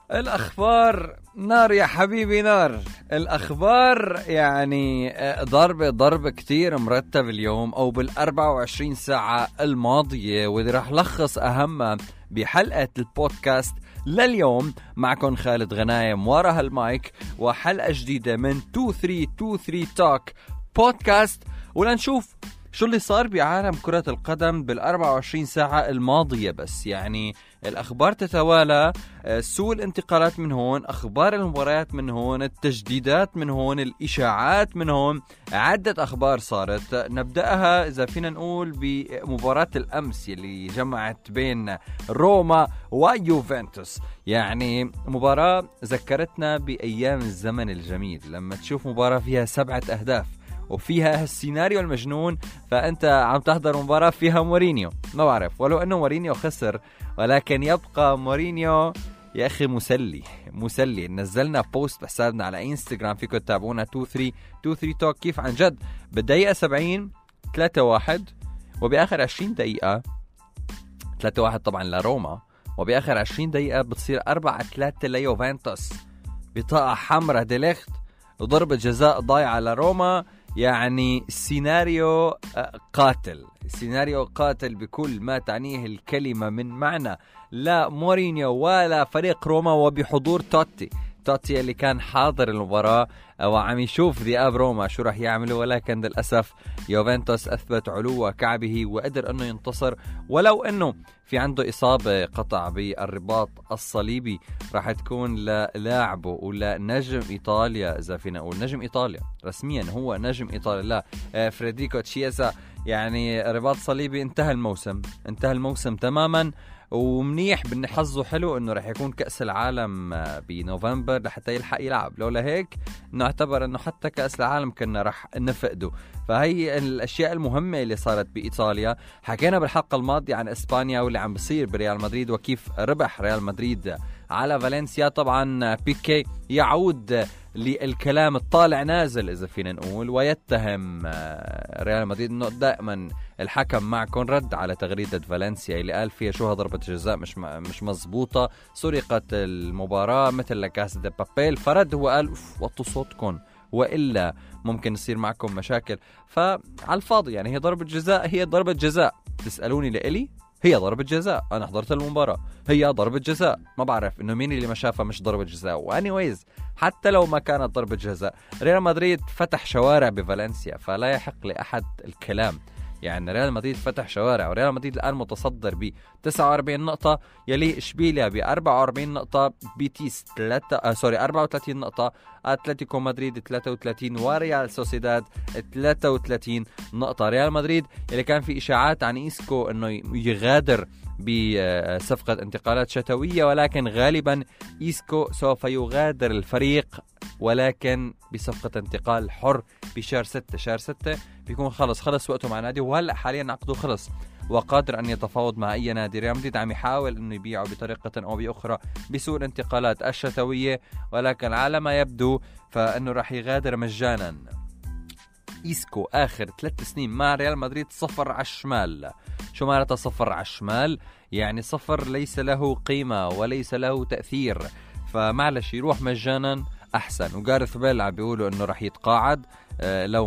الأخبار نار يا حبيبي نار. الأخبار يعني ضرب كتير مرتب اليوم أو بال24 ساعة الماضية، وإذا رح لخص أهمها بحلقة البودكاست لليوم. معكم خالد غنايم ورا هالمايك، وحلقة جديدة من 2323 توك بودكاست، ولنشوف شو اللي صار بعالم كرة القدم بال24 ساعة الماضية. بس يعني الأخبار تتوالى، سوء الانتقالات من هون، أخبار المباريات من هون، التجديدات من هون، الإشاعات من هون، عدة أخبار صارت. نبدأها إذا فينا نقول بمباراة الأمس اللي جمعت بين روما ويوفنتوس. يعني مباراة ذكرتنا بأيام الزمن الجميل، لما تشوف مباراة فيها 7 أهداف وفيها هالسيناريو المجنون، فأنت عم تحضر مباراة فيها مورينيو. ما بعرف، ولو أنه مورينيو خسر، ولكن يبقى مورينيو يا أخي مسلي. نزلنا بوست بحسابنا على إنستغرام، فيكم تتابعونا 2323 توك. كيف عن جد بالدقيقة 70 3-1، وبآخر 20 دقيقة 3-1 طبعا لروما، وبآخر 20 دقيقة بتصير 4-3 ليوفنتوس. بطاقة حمراء ديليخت وضربة جزاء ضايعة لروما. يعني سيناريو قاتل بكل ما تعنيه الكلمة من معنى، لا مورينيو ولا فريق روما، وبحضور توتي اللي كان حاضر المباراة وعم يشوف ذئاب روما شو راح يعملوا. ولكن للأسف يوفنتوس أثبت علو كعبه وقدر أنه ينتصر، ولو أنه في عنده إصابة قطع بالرباط الصليبي راح تكون للاعبه ولا نجم إيطاليا، إذا فينا نقول نجم إيطاليا رسميا، هو نجم إيطاليا، لا فريديكو تشيزا. يعني رباط صليبي، انتهى الموسم تماما. ومنيح حظه حلو انه رح يكون كأس العالم بنوفمبر لحتى يلحق يلعب، لولا هيك نعتبر انه حتى كأس العالم كنا رح نفقده. فهي الاشياء المهمة اللي صارت بإيطاليا. حكينا بالحلقة الماضية عن اسبانيا واللي عم بصير بريال مدريد، وكيف ربح ريال مدريد على فالنسيا. طبعا بيكي يعود للكلام الطالع نازل إذا فينا نقول، ويتهم ريال مدريد أنه دائما الحكم معكم. رد على تغريدة فالنسيا اللي قال فيها شو ضربة جزاء مش مزبوطة، سرقت المباراة مثل لكاس دي بابيل. فرد هو قال وطوا صوتكم وإلا ممكن يصير معكم مشاكل. فعلى الفاضي يعني، هي ضربة جزاء. تسألوني لإلي، هي ضربة جزاء. أنا حضرت المباراة، هي ضربة جزاء. ما بعرف إنه مين اللي ما شافها مش ضربة جزاء. وانيويز حتى لو ما كانت ضربة جزاء، ريال مدريد فتح شوارع بفالنسيا، فلا يحق لأحد الكلام. يعني ريال مدريد فتح شوارع، وريال مدريد الآن متصدر ب 49 نقطة، يليه إشبيليا ب 44 نقطة، بيتيس 34 نقطة، أتلتيكو مدريد 33، وريال سوسيداد 33 نقطة. ريال مدريد اللي كان في إشاعات عن إيسكو أنه يغادر بصفقة انتقالات شتوية، ولكن غالبا إيسكو سوف يغادر الفريق ولكن بصفقة انتقال حر بشهر 6. شهر 6 بيكون خلص وقته مع نادي، وهلأ حاليا عقده خلص وقادر أن يتفاوض مع أي نادي. ريال مدريد عم يحاول أنه يبيعه بطريقة أو بأخرى بسوق الانتقالات الشتوية، ولكن على ما يبدو فأنه راح يغادر مجانا. إيسكو آخر 3 سنين مع ريال مدريد 0 على الشمال. شو معناتها 0 على الشمال؟ يعني 0 ليس له قيمة وليس له تأثير، فمعلش يروح مجانا أحسن. وغارث بيل عم بيقولوا إنه رح يتقاعد لو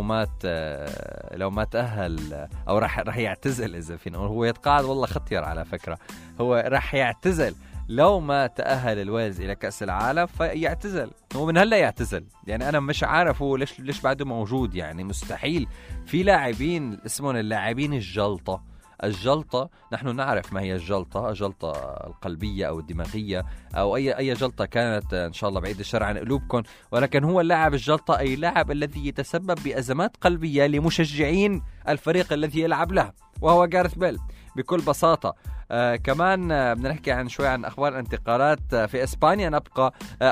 ما تأهل، أو رح يعتزل. إذا فينا هو يتقاعد، والله خطير على فكرة. هو رح يعتزل لو ما تأهل الويلز إلى كأس العالم، فيعتزل. هو من هلا يعتزل. يعني أنا مش عارف هو ليش بعده موجود. يعني مستحيل. في لاعبين اسمهم اللاعبين الجلطة. نحن نعرف ما هي الجلطة القلبية أو الدماغية أو أي جلطة كانت، إن شاء الله بعيد الشر عن قلوبكم. ولكن هو اللاعب الجلطة أي لاعب الذي يتسبب بأزمات قلبية لمشجعين الفريق الذي يلعب له، وهو غارث بيل بكل بساطة. كمان بدنا نحكي عن شوي عن أخبار الانتقالات في إسبانيا. نبقى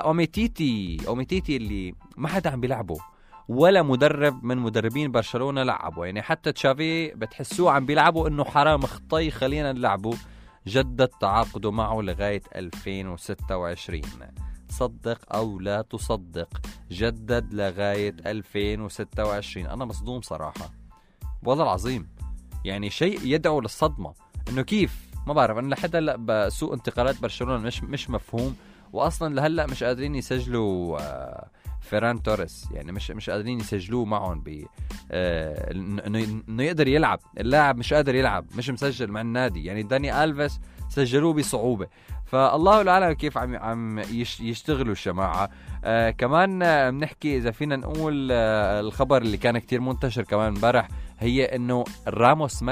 أوميتيتي اللي ما حدا عم بيلعبه، ولا مدرب من مدربين برشلونة لعبوا. يعني حتى تشافي بتحسوه عم بيلعبوا انه حرام خطي خلينا نلعبه. جدد تعاقده معه لغاية 2026. صدق او لا تصدق، جدد لغاية 2026. انا مصدوم صراحة والله العظيم. يعني شيء يدعو للصدمة. انه كيف ما بعرف. انا لحد هلا بسوق انتقالات برشلونة مش مفهوم، واصلا لهلا مش قادرين يسجلوا فيران توريس، يعني مش قادرين يسجلوه معهم ب انه يقدر يلعب. اللاعب مش قادر يلعب، مش مسجل مع النادي. يعني داني ألفيس سجلوه بصعوبة. فالله العالم كيف عم يشتغلوا الجماعة. كمان بنحكي إذا فينا نقول الخبر اللي كان كتير منتشر كمان امبارح، هي إنه راموس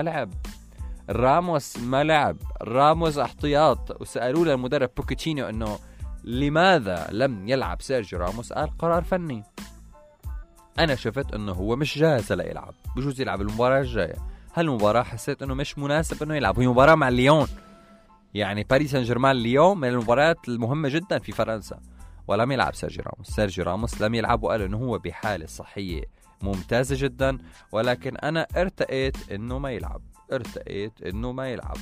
ما لعب. راموس احتياط. وسألوا له المدرب بوكيتشينو إنه لماذا لم يلعب سيرجيو راموس؟ قال قرار فني. أنا شفت إنه هو مش جاهز ليلعب، بجوز يلعب المباراة الجاية. هالمباراة حسيت إنه مش مناسب إنه يلعب. هي مباراة مع ليون، يعني باريس سان جيرمان اليوم من المباريات المهمة جدا في فرنسا، ولم يلعب سيرجيو راموس لم يلعب، وقال إنه هو بحالة صحية ممتازة جدا، ولكن أنا ارتقيت إنه ما يلعب.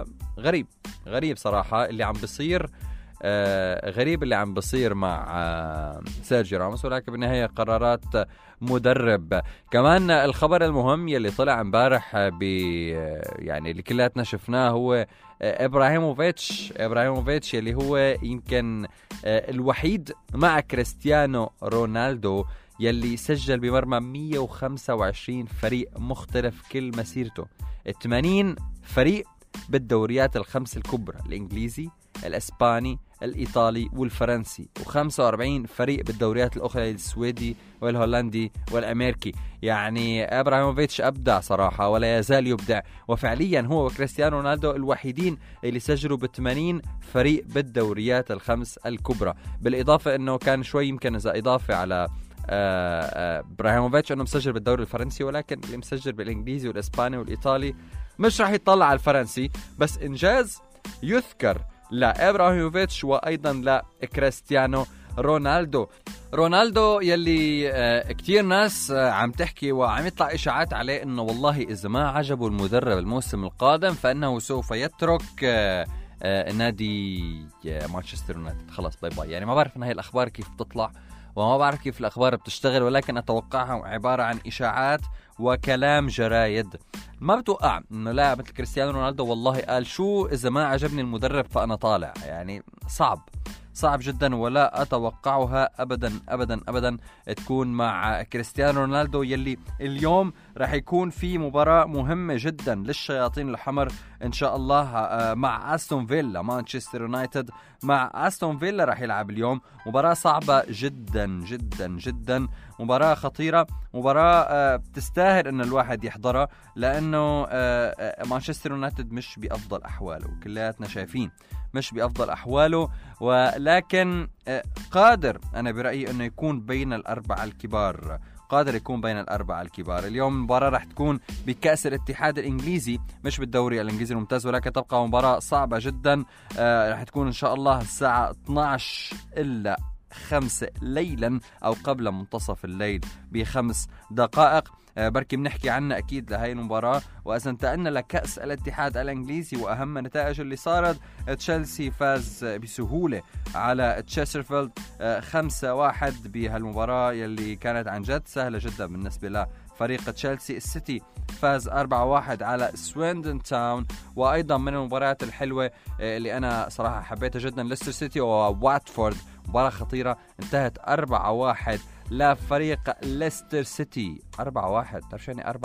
فغريب صراحة اللي عم بصير. غريب اللي عم بصير مع سيرجيو راموس، ولكن بالنهاية قرارات مدرب. كمان الخبر المهم يلي طلع امبارح يعني اللي كلاتنا شفناه هو إبراهيموفيتش يلي هو يمكن الوحيد مع كريستيانو رونالدو يلي سجل بمرمى 125 فريق مختلف كل مسيرته. 80 فريق بالدوريات الخمس الكبرى، الإنجليزي، الإسباني، الإيطالي والفرنسي، و45 فريق بالدوريات الأخرى، السويدي والهولندي والأمريكي. يعني إبراهيموفيتش أبدع صراحة ولا يزال يبدع، وفعليا هو وكريستيانو رونالدو الوحيدين اللي سجلوا ب80 فريق بالدوريات الخمس الكبرى. بالإضافة أنه كان شوي يمكن إذا إضافة على إبراهيموفيتش أنه مسجل بالدوري الفرنسي، ولكن اللي مسجل بالإنجليزي والإسباني والإيطالي مش راح يطلع على الفرنسي. بس إنجاز يذكر لإبراهيموفيتش وأيضا لكريستيانو رونالدو يلي كتير ناس عم تحكي وعم يطلع إشاعات عليه إنه والله إذا ما عجبه المدرب الموسم القادم فإنه سوف يترك نادي مانشستر يونايتد. خلاص باي باي. يعني ما بعرف إن هاي الأخبار كيف بتطلع وما بعرف كيف الأخبار بتشتغل، ولكن أتوقعها عبارة عن إشاعات وكلام جرايد. ما بتوقع إنه لاعب مثل كريستيانو رونالدو والله قال شو إذا ما عجبني المدرب فأنا طالع. يعني صعب جدا، ولا أتوقعها أبدا تكون مع كريستيانو رونالدو يلي اليوم راح يكون في مباراة مهمة جدا للشياطين الحمر إن شاء الله مع أستون فيلا. مانشستر يونايتد مع أستون فيلا راح يلعب اليوم. مباراة صعبة جدا، مباراة خطيرة، مباراة بتستاهل إن الواحد يحضرها، لأنه مانشستر يونايتد مش بأفضل أحواله، كلياتنا شايفين مش بأفضل أحواله، ولكن قادر أنا برأيي أنه يكون بين الأربعة الكبار. اليوم المباراة رح تكون بكأس الاتحاد الإنجليزي مش بالدوري الإنجليزي الممتاز، ولكن تبقى مباراة صعبة جدا. رح تكون إن شاء الله الساعة 12 إلا 5 ليلا أو قبل منتصف الليل ب5 دقائق. بركي بنحكي عنها أكيد لهاي المباراة. وإذا انتقلنا لكأس الاتحاد الإنجليزي وأهم النتائج اللي صارت، تشيلسي فاز بسهولة على تشيسرفيلد 5-1 بهالمباراة يلي كانت عن جد سهلة جدا بالنسبة لفريق تشيلسي. السيتي فاز 4-1 على سويندن تاون. وأيضا من المباريات الحلوة اللي أنا صراحة حبيتها جدا ليستر سيتي وواتفورد، مباراة خطيرة انتهت 4-1 لفريق ليستر سيتي. 4-1 تعرف شو يعني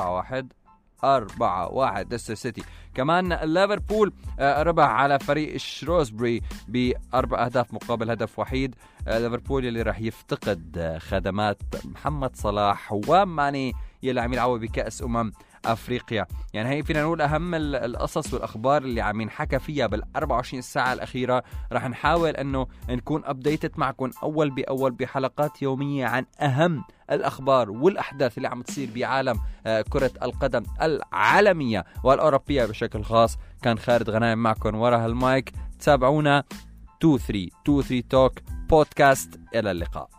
4-1 ليستر سيتي. كمان ليفربول ربح على فريق شروزبري ب4 أهداف مقابل هدف وحيد. ليفربول اللي راح يفتقد خدمات محمد صلاح وماني يلي عم يلعبوا بكأس أفريقيا. يعني هي فينا نقول أهم القصص والأخبار اللي عم ينحكى فيها بال24 ساعة الأخيرة. راح نحاول أنه نكون أبديتد معكم أول بأول بحلقات يومية عن أهم الأخبار والأحداث اللي عم تصير بعالم كرة القدم العالمية والأوروبية بشكل خاص. كان خالد غنايم معكم وراء المايك. تابعونا 23 توك بودكاست. إلى اللقاء.